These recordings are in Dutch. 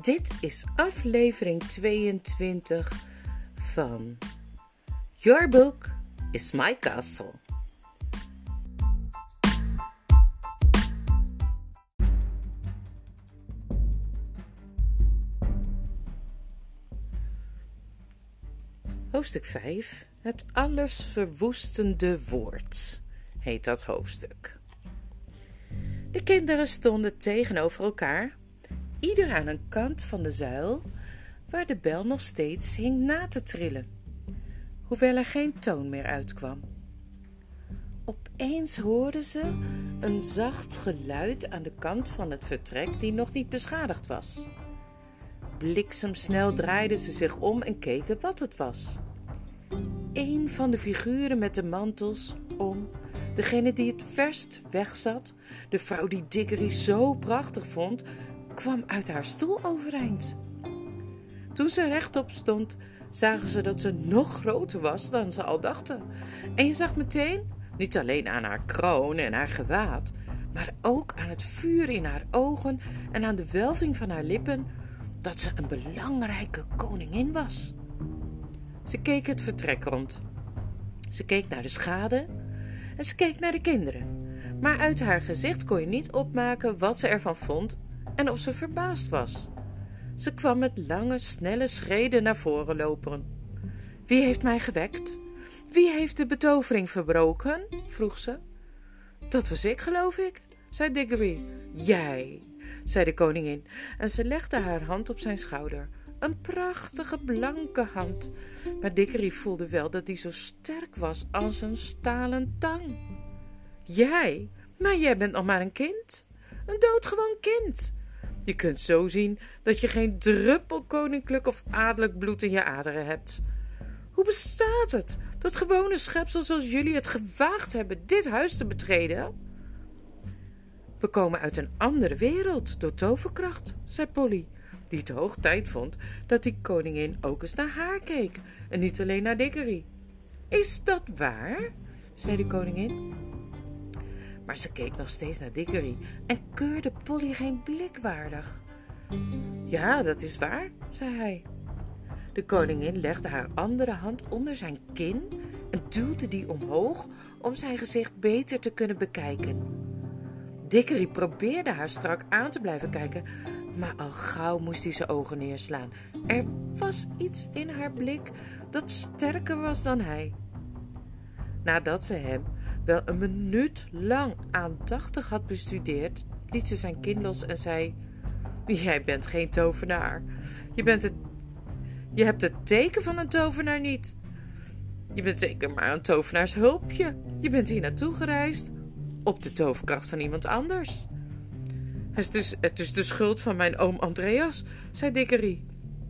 Dit is aflevering 22 van Your Book is My Castle. Hoofdstuk 5. Het allesverwoestende woord heet dat hoofdstuk. De kinderen stonden tegenover elkaar, ieder aan een kant van de zuil, waar de bel nog steeds hing na te trillen, hoewel er geen toon meer uitkwam. Opeens hoorden ze een zacht geluid aan de kant van het vertrek die nog niet beschadigd was. Bliksemsnel draaiden ze zich om en keken wat het was. Een van de figuren met de mantels om, degene die het verst wegzat, de vrouw die Diggory zo prachtig vond, kwam uit haar stoel overeind. Toen ze rechtop stond, zagen ze dat ze nog groter was dan ze al dachten. En je zag meteen, niet alleen aan haar kroon en haar gewaad, maar ook aan het vuur in haar ogen en aan de welving van haar lippen, dat ze een belangrijke koningin was. Ze keek het vertrek rond. Ze keek naar de schade en ze keek naar de kinderen. Maar uit haar gezicht kon je niet opmaken wat ze ervan vond en of ze verbaasd was. Ze kwam met lange, snelle schreden naar voren lopen. Wie heeft mij gewekt? Wie heeft de betovering verbroken? Vroeg ze. Dat was ik, geloof ik, zei Diggory. Jij, zei de koningin, en ze legde haar hand op zijn schouder. Een prachtige, blanke hand. Maar Diggory voelde wel dat die zo sterk was als een stalen tang. Jij? Maar jij bent nog maar een kind. Een doodgewoon kind. Je kunt zo zien dat je geen druppel koninklijk of adellijk bloed in je aderen hebt. Hoe bestaat het dat gewone schepsels zoals jullie het gewaagd hebben dit huis te betreden? We komen uit een andere wereld door toverkracht, zei Polly, die het hoog tijd vond dat die koningin ook eens naar haar keek en niet alleen naar Diggory. Is dat waar? zei de koningin. Maar ze keek nog steeds naar Diggory en keurde Polly geen blik waardig. Ja, dat is waar, zei hij. De koningin legde haar andere hand onder zijn kin en duwde die omhoog om zijn gezicht beter te kunnen bekijken. Diggory probeerde haar strak aan te blijven kijken, maar al gauw moest hij zijn ogen neerslaan. Er was iets in haar blik dat sterker was dan hij. Nadat ze hem wel een minuut lang aandachtig had bestudeerd, liet ze zijn kin los en zei: Jij bent geen tovenaar. Je hebt het teken van een tovenaar niet. Je bent zeker maar een tovenaarshulpje. Je bent hier naartoe gereisd op de toverkracht van iemand anders. Het is de schuld van mijn oom Andreas, zei Diggory.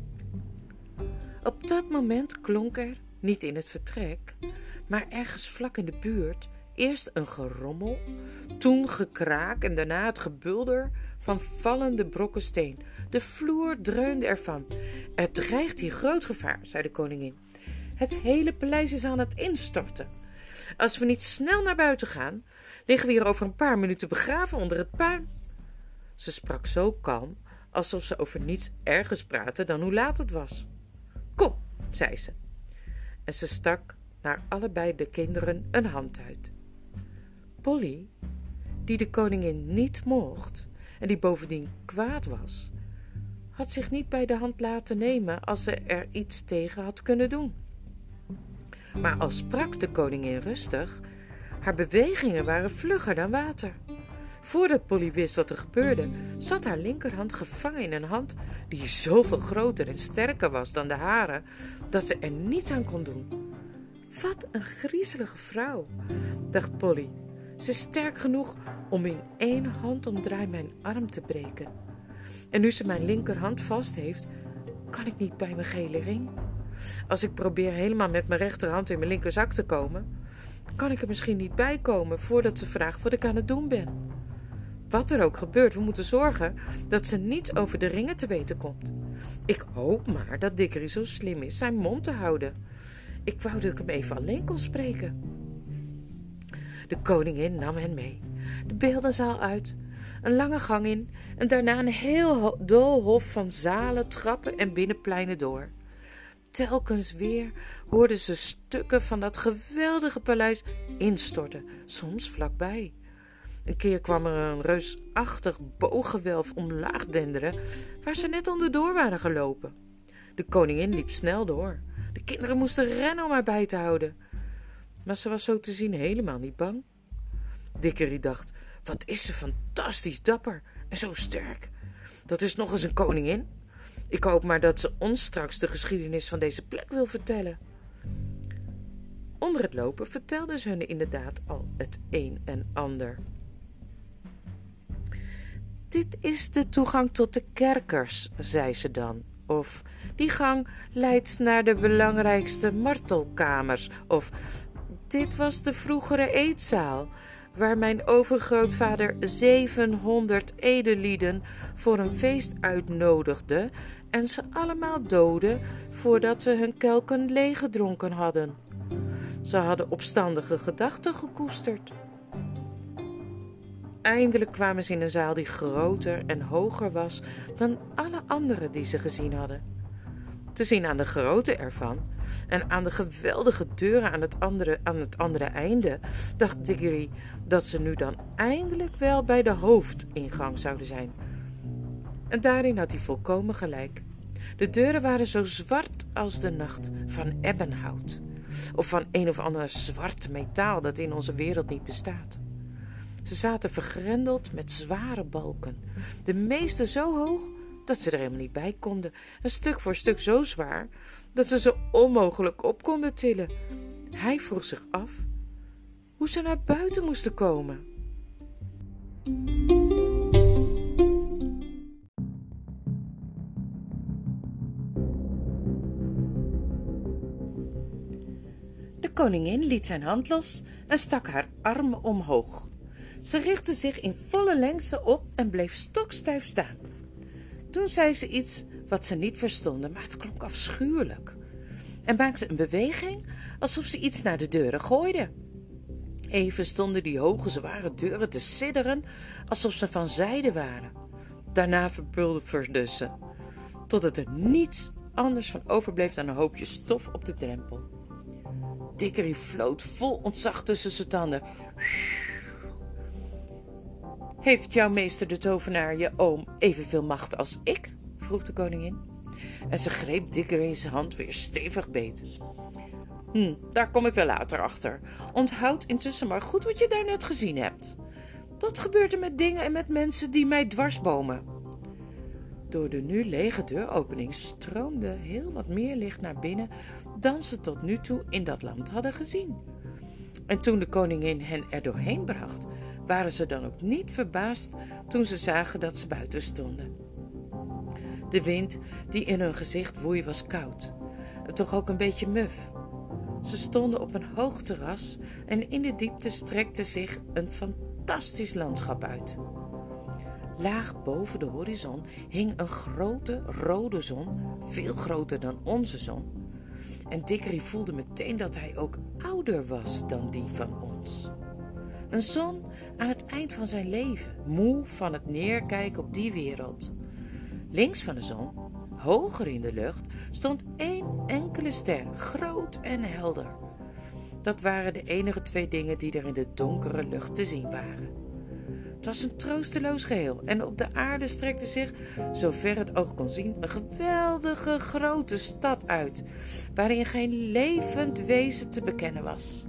Op dat moment klonk er, niet in het vertrek, maar ergens vlak in de buurt, eerst een gerommel, toen gekraak en daarna het gebulder van vallende brokken steen. De vloer dreunde ervan. Er dreigt hier groot gevaar, zei de koningin. Het hele paleis is aan het instorten. Als we niet snel naar buiten gaan, liggen we hier over een paar minuten begraven onder het puin. Ze sprak zo kalm, alsof ze over niets ergers praatte dan hoe laat het was. Kom, zei ze. En ze stak naar allebei de kinderen een hand uit. Polly, die de koningin niet mocht en die bovendien kwaad was, had zich niet bij de hand laten nemen als ze er iets tegen had kunnen doen. Maar al sprak de koningin rustig, haar bewegingen waren vlugger dan water. Voordat Polly wist wat er gebeurde, zat haar linkerhand gevangen in een hand die zoveel groter en sterker was dan de hare, dat ze er niets aan kon doen. Wat een griezelige vrouw, dacht Polly. Ze is sterk genoeg om in één handomdraai mijn arm te breken. En nu ze mijn linkerhand vast heeft, kan ik niet bij mijn gele ring. Als ik probeer helemaal met mijn rechterhand in mijn linkerzak te komen, kan ik er misschien niet bij komen voordat ze vraagt wat ik aan het doen ben. Wat er ook gebeurt, we moeten zorgen dat ze niets over de ringen te weten komt. Ik hoop maar dat Diggory zo slim is zijn mond te houden. Ik wou dat ik hem even alleen kon spreken. De koningin nam hen mee, de beeldenzaal uit een lange gang in en daarna een heel doolhof van zalen, trappen en binnenpleinen door. Telkens weer hoorden ze stukken van dat geweldige paleis instorten, soms vlakbij. Een keer kwam er een reusachtig booggewelf omlaag denderen, waar ze net onderdoor waren gelopen. De koningin liep snel door. De kinderen moesten rennen om haar bij te houden. Maar ze was zo te zien helemaal niet bang. Dickery dacht, wat is ze fantastisch dapper en zo sterk. Dat is nog eens een koningin. Ik hoop maar dat ze ons straks de geschiedenis van deze plek wil vertellen. Onder het lopen vertelde ze hun inderdaad al het een en ander. Dit is de toegang tot de kerkers, zei ze dan. Of die gang leidt naar de belangrijkste martelkamers. Of dit was de vroegere eetzaal, waar mijn overgrootvader 700 edellieden voor een feest uitnodigde en ze allemaal doodde voordat ze hun kelken leeggedronken hadden. Ze hadden opstandige gedachten gekoesterd. Eindelijk kwamen ze in een zaal die groter en hoger was dan alle andere die ze gezien hadden. Te zien aan de grootte ervan en aan de geweldige deuren aan het andere einde, dacht Diggory dat ze nu dan eindelijk wel bij de hoofdingang zouden zijn. En daarin had hij volkomen gelijk. De deuren waren zo zwart als de nacht, van ebbenhout, of van een of ander zwart metaal dat in onze wereld niet bestaat. Ze zaten vergrendeld met zware balken, de meeste zo hoog dat ze er helemaal niet bij konden, en stuk voor stuk zo zwaar dat ze onmogelijk op konden tillen. Hij vroeg zich af hoe ze naar buiten moesten komen. De koningin liet zijn hand los en stak haar armen omhoog. Ze richtte zich in volle lengte op en bleef stokstijf staan. Toen zei ze iets wat ze niet verstonden, maar het klonk afschuwelijk. En maakte een beweging alsof ze iets naar de deuren gooide. Even stonden die hoge, zware deuren te sidderen alsof ze van zijde waren. Daarna verpulverden ze, totdat er niets anders van overbleef dan een hoopje stof op de drempel. Dickory floot vol ontzag tussen zijn tanden. Heeft jouw meester de tovenaar, je oom, evenveel macht als ik? Vroeg de koningin. En ze greep Dickory's hand weer stevig beet. Daar kom ik wel later achter. Onthoud intussen maar goed wat je daarnet gezien hebt. Dat gebeurt er met dingen en met mensen die mij dwarsbomen. Door de nu lege deuropening stroomde heel wat meer licht naar binnen dan ze tot nu toe in dat land hadden gezien. En toen de koningin hen er doorheen bracht, waren ze dan ook niet verbaasd toen ze zagen dat ze buiten stonden. De wind die in hun gezicht woei was koud en toch ook een beetje muf. Ze stonden op een hoog terras en in de diepte strekte zich een fantastisch landschap uit. Laag boven de horizon hing een grote rode zon, veel groter dan onze zon. En Dickory voelde meteen dat hij ook ouder was dan die van ons. Een zon aan het eind van zijn leven, moe van het neerkijken op die wereld. Links van de zon, hoger in de lucht, stond één enkele ster, groot en helder. Dat waren de enige twee dingen die er in de donkere lucht te zien waren. Het was een troosteloos geheel en op de aarde strekte zich, zover het oog kon zien, een geweldige grote stad uit, waarin geen levend wezen te bekennen was.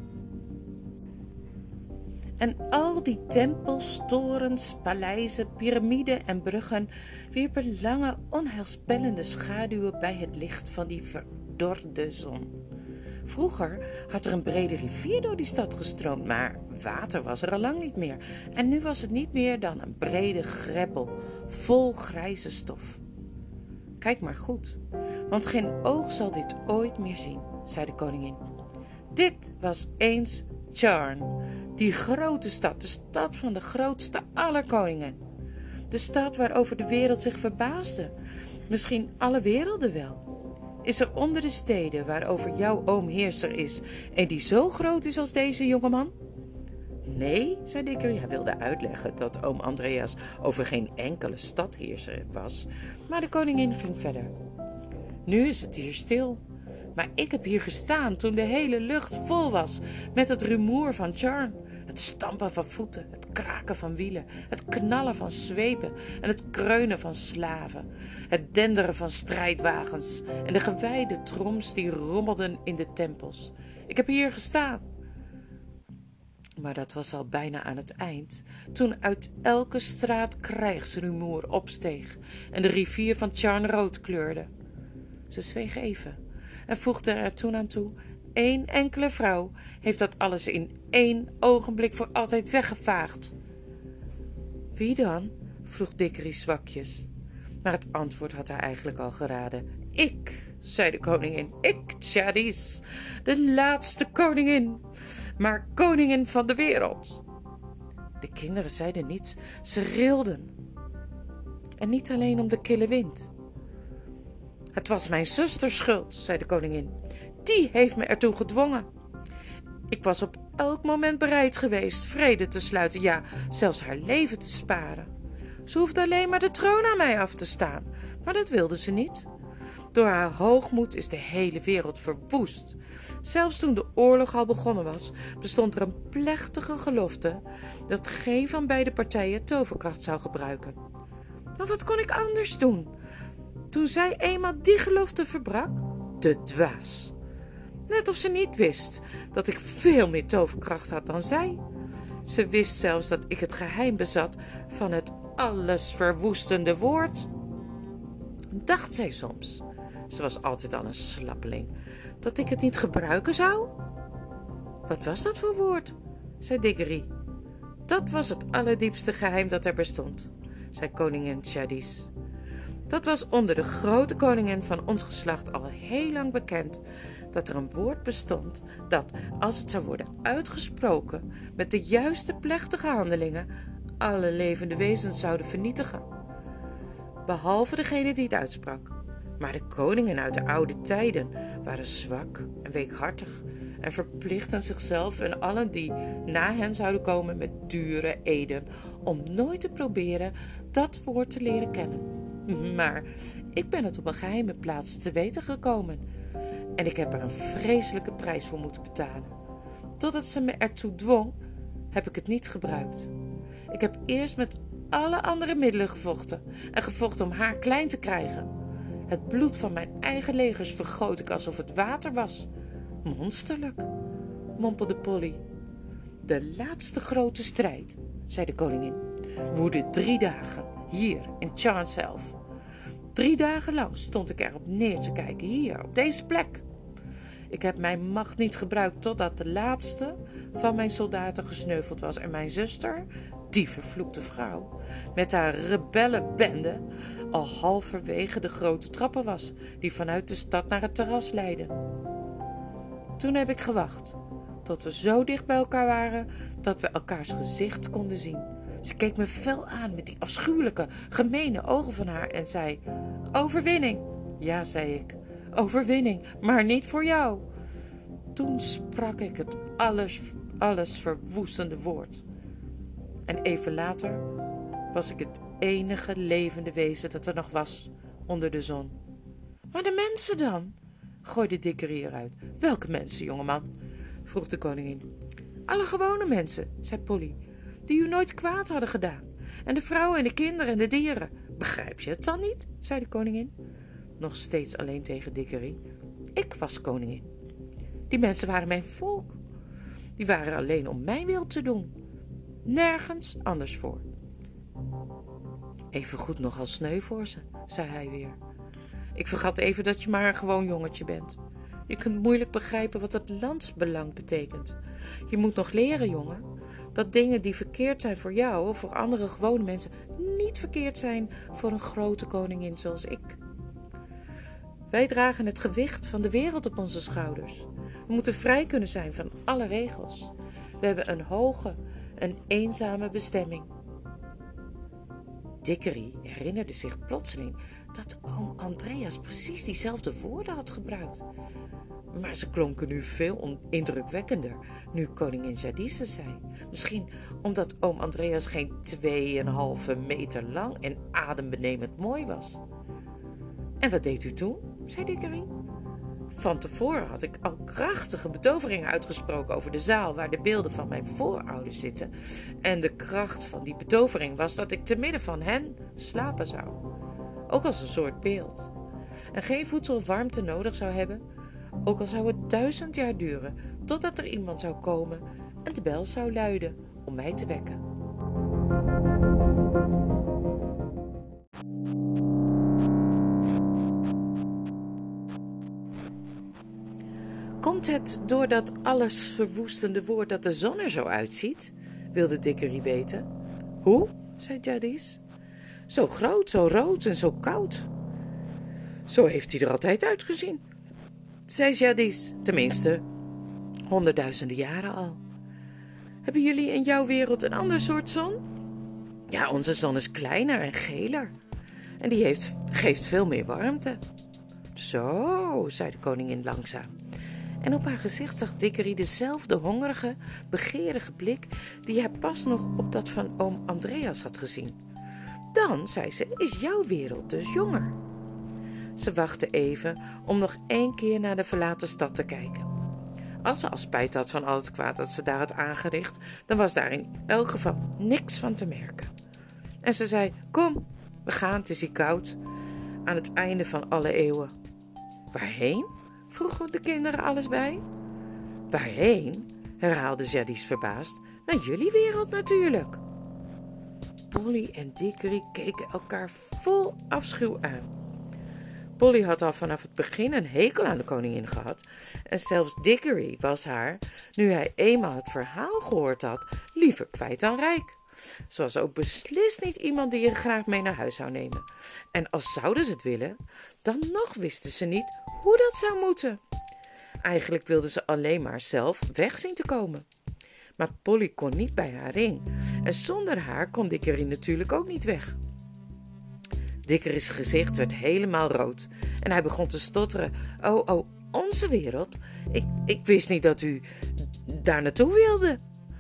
En al die tempels, torens, paleizen, piramiden en bruggen wierpen lange, onheilspellende schaduwen bij het licht van die verdorde zon. Vroeger had er een brede rivier door die stad gestroomd, maar water was er al lang niet meer. En nu was het niet meer dan een brede greppel, vol grijze stof. Kijk maar goed, want geen oog zal dit ooit meer zien, zei de koningin. Dit was eens Charn, die grote stad, de stad van de grootste aller koningen. De stad waarover de wereld zich verbaasde, misschien alle werelden wel. Is er onder de steden waarover jouw oom heerser is en die zo groot is als deze jongeman? Nee, zei Dickery. Hij wilde uitleggen dat oom Andreas over geen enkele stadheerser was, maar de koningin ging verder. Nu is het hier stil, maar ik heb hier gestaan toen de hele lucht vol was met het rumoer van Charn. Het stampen van voeten, het kraken van wielen, het knallen van zweepen en het kreunen van slaven, het denderen van strijdwagens en de gewijde troms die rommelden in de tempels. Ik heb hier gestaan. Maar dat was al bijna aan het eind, toen uit elke straat krijgsrumoer opsteeg en de rivier van Charn rood kleurde. Ze zweeg even en voegde er toen aan toe: 1 enkele vrouw heeft dat alles in 1 ogenblik voor altijd weggevaagd. Wie dan? Vroeg Dickery zwakjes. Maar het antwoord had hij eigenlijk al geraden. Ik, zei de koningin, ik, Tjadis, de laatste koningin, maar koningin van de wereld. De kinderen zeiden niets, ze rilden. En niet alleen om de kille wind. Het was mijn zusters schuld, zei de koningin. Die heeft me ertoe gedwongen. Ik was op elk moment bereid geweest vrede te sluiten, ja, zelfs haar leven te sparen. Ze hoefde alleen maar de troon aan mij af te staan, maar dat wilde ze niet. Door haar hoogmoed is de hele wereld verwoest. Zelfs toen de oorlog al begonnen was, bestond er een plechtige gelofte dat geen van beide partijen toverkracht zou gebruiken. Maar wat kon ik anders doen? Toen zij eenmaal die gelofte verbrak, de dwaas. Net of ze niet wist dat ik veel meer toverkracht had dan zij. Ze wist zelfs dat ik het geheim bezat van het allesverwoestende woord. Dacht zij soms, ze was altijd al een slappeling, dat ik het niet gebruiken zou? Wat was dat voor woord? Zei Dickery. Dat was het allerdiepste geheim dat er bestond, zei koningin Tjadis. Dat was onder de grote koningen van ons geslacht al heel lang bekend, dat er een woord bestond dat, als het zou worden uitgesproken met de juiste plechtige handelingen, alle levende wezens zouden vernietigen. Behalve degene die het uitsprak. Maar de koningen uit de oude tijden waren zwak en weekhartig en verplichtten zichzelf en allen die na hen zouden komen met dure eden om nooit te proberen dat woord te leren kennen. Maar ik ben het op een geheime plaats te weten gekomen en ik heb er een vreselijke prijs voor moeten betalen. Totdat ze me ertoe dwong, heb ik het niet gebruikt. Ik heb eerst met alle andere middelen gevochten en gevochten om haar klein te krijgen. Het bloed van mijn eigen legers vergoot ik alsof het water was. Monsterlijk, mompelde Polly. De laatste grote strijd, zei de koningin, woedde 3 dagen, hier in Charn zelf. 3 dagen lang stond ik erop neer te kijken, hier, op deze plek. Ik heb mijn macht niet gebruikt totdat de laatste van mijn soldaten gesneuveld was en mijn zuster, die vervloekte vrouw, met haar rebellenbende al halverwege de grote trappen was, die vanuit de stad naar het terras leidden. Toen heb ik gewacht, tot we zo dicht bij elkaar waren, dat we elkaars gezicht konden zien. Ze keek me fel aan met die afschuwelijke, gemene ogen van haar en zei: overwinning! Ja, zei ik, overwinning, maar niet voor jou. Toen sprak ik het alles verwoestende woord. En even later was ik het enige levende wezen dat er nog was onder de zon. Maar de mensen dan? Gooide Dickery eruit. Welke mensen, jongeman? Vroeg de koningin. Alle gewone mensen, zei Polly, die u nooit kwaad hadden gedaan. En de vrouwen en de kinderen en de dieren. Begrijp je het dan niet? Zei de koningin. Nog steeds alleen tegen Dickery. Ik was koningin. Die mensen waren mijn volk. Die waren alleen om mijn wil te doen. Nergens anders voor. Evengoed nogal sneu voor ze, zei hij weer. Ik vergat even dat je maar een gewoon jongetje bent. Je kunt moeilijk begrijpen wat het landsbelang betekent. Je moet nog leren, jongen, dat dingen die verkeerd zijn voor jou of voor andere gewone mensen niet verkeerd zijn voor een grote koningin zoals ik. Wij dragen het gewicht van de wereld op onze schouders. We moeten vrij kunnen zijn van alle regels. We hebben een hoge, een eenzame bestemming. Dickery herinnerde zich plotseling dat oom Andreas precies diezelfde woorden had gebruikt. Maar ze klonken nu veel indrukwekkender, nu koningin Jadis zei. Misschien omdat oom Andreas geen 2,5 meter lang en adembenemend mooi was. En wat deed u toen? Zei Dickery. Van tevoren had ik al krachtige betoveringen uitgesproken over de zaal waar de beelden van mijn voorouders zitten. En de kracht van die betovering was dat ik te midden van hen slapen zou. Ook als een soort beeld. En geen voedsel of warmte nodig zou hebben. Ook al zou het 1000 jaar duren totdat er iemand zou komen en de bel zou luiden om mij te wekken. Komt het door dat alles verwoestende woord dat de zon er zo uitziet? Wilde Dickery weten. Hoe? Zei Jadis. Zo groot, zo rood en zo koud. Zo heeft hij er altijd uitgezien, zei Jadis. Tenminste, 100.000 jaren al. Hebben jullie in jouw wereld een ander soort zon? Ja, onze zon is kleiner en geler. En die geeft veel meer warmte. Zo, zei de koningin langzaam. En op haar gezicht zag Dickery dezelfde hongerige, begeerige blik die hij pas nog op dat van oom Andreas had gezien. Dan, zei ze, is jouw wereld dus jonger. Ze wachtte even om nog 1 keer naar de verlaten stad te kijken. Als ze al spijt had van al het kwaad dat ze daar had aangericht, dan was daar in elk geval niks van te merken. En ze zei, kom, we gaan, het is hier koud, aan het einde van alle eeuwen. Waarheen? Vroegen de kinderen alles bij. Waarheen? Herhaalde Jadis verbaasd. Naar jullie wereld natuurlijk. Polly en Dickery keken elkaar vol afschuw aan. Polly had al vanaf het begin een hekel aan de koningin gehad. En zelfs Dickery was haar, nu hij eenmaal het verhaal gehoord had, liever kwijt dan rijk. Ze was ook beslist niet iemand die je graag mee naar huis zou nemen. En als zouden ze het willen, dan nog wisten ze niet hoe dat zou moeten. Eigenlijk wilde ze alleen maar zelf weg zien te komen. Maar Polly kon niet bij haar ring. En zonder haar kon Dickery natuurlijk ook niet weg. Dickery's gezicht werd helemaal rood. En hij begon te stotteren. Oh, onze wereld? Ik wist niet dat u daar naartoe wilde.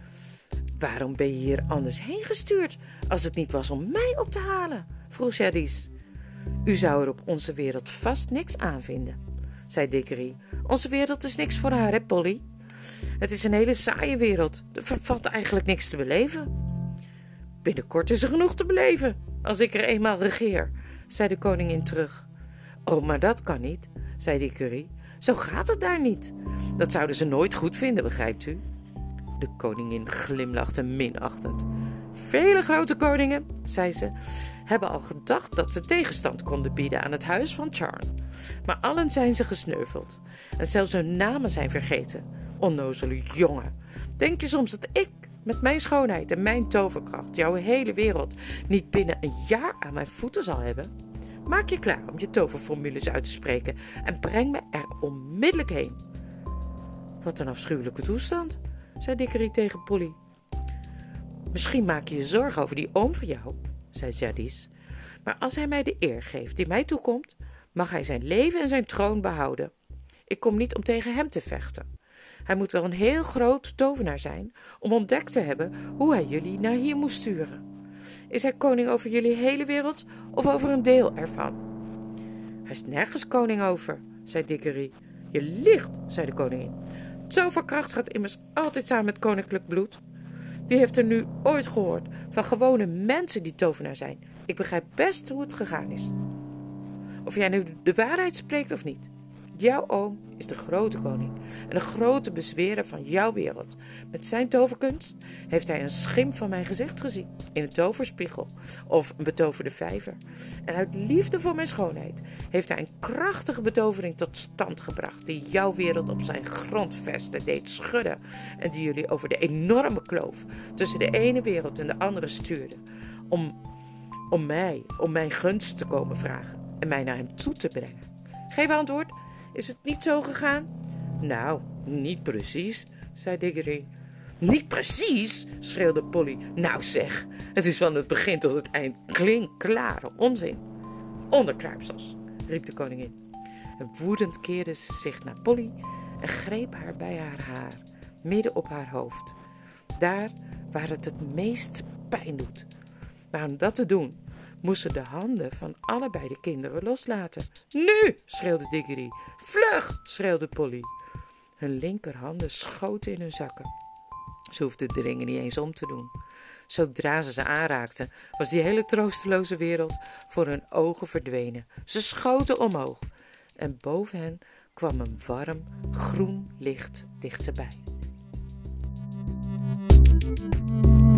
Waarom ben je hier anders heen gestuurd, als het niet was om mij op te halen? Vroeg Jadis. U zou er op onze wereld vast niks aan vinden, zei Dickery. Onze wereld is niks voor haar, hè, Polly? Het is een hele saaie wereld. Er valt eigenlijk niks te beleven. Binnenkort is er genoeg te beleven, als ik er eenmaal regeer, zei de koningin terug. Oh, maar dat kan niet, zei Dickery. Zo gaat het daar niet. Dat zouden ze nooit goed vinden, begrijpt u? De koningin glimlachte minachtend. Vele grote koningen, zei ze, hebben al gedacht dat ze tegenstand konden bieden aan het huis van Charles. Maar allen zijn ze gesneuveld. En zelfs hun namen zijn vergeten. Onnozele jongen. Denk je soms dat ik, met mijn schoonheid en mijn toverkracht, jouw hele wereld niet binnen een jaar aan mijn voeten zal hebben? Maak je klaar om je toverformules uit te spreken en breng me er onmiddellijk heen. Wat een afschuwelijke toestand, zei Dickery tegen Polly. Misschien maak je je zorgen over die oom van jou, zei Jadis. Maar als hij mij de eer geeft die mij toekomt, mag hij zijn leven en zijn troon behouden. Ik kom niet om tegen hem te vechten. Hij moet wel een heel groot tovenaar zijn om ontdekt te hebben hoe hij jullie naar hier moest sturen. Is hij koning over jullie hele wereld of over een deel ervan? Hij is nergens koning over, zei Dickery. Je liegt, zei de koningin. Toverkracht gaat immers altijd samen met koninklijk bloed. Wie heeft er nu ooit gehoord van gewone mensen die tovenaar zijn? Ik begrijp best hoe het gegaan is. Of jij nu de waarheid spreekt of niet. Jouw oom is de grote koning en de grote bezwerer van jouw wereld. Met zijn toverkunst heeft hij een schim van mijn gezicht gezien in een toverspiegel of een betoverde vijver. En uit liefde voor mijn schoonheid heeft hij een krachtige betovering tot stand gebracht die jouw wereld op zijn grondvesten deed schudden en die jullie over de enorme kloof tussen de ene wereld en de andere stuurde om mijn gunst te komen vragen en mij naar hem toe te brengen. Geef antwoord. Is het niet zo gegaan? Nou, niet precies, zei Dickery. Niet precies, schreeuwde Polly. Nou zeg, het is van het begin tot het eind klinkklare onzin. Onderkruipsels, riep de koningin. En woedend keerde ze zich naar Polly en greep haar bij haar haar, midden op haar hoofd, daar waar het meest pijn doet. Maar om dat te doen, moesten de handen van allebei de kinderen loslaten. Nu, schreeuwde Diggory. Vlug, schreeuwde Polly. Hun linkerhanden schoten in hun zakken. Ze hoefden de ringen niet eens om te doen. Zodra ze aanraakten, was die hele troosteloze wereld voor hun ogen verdwenen. Ze schoten omhoog en boven hen kwam een warm, groen licht dichterbij.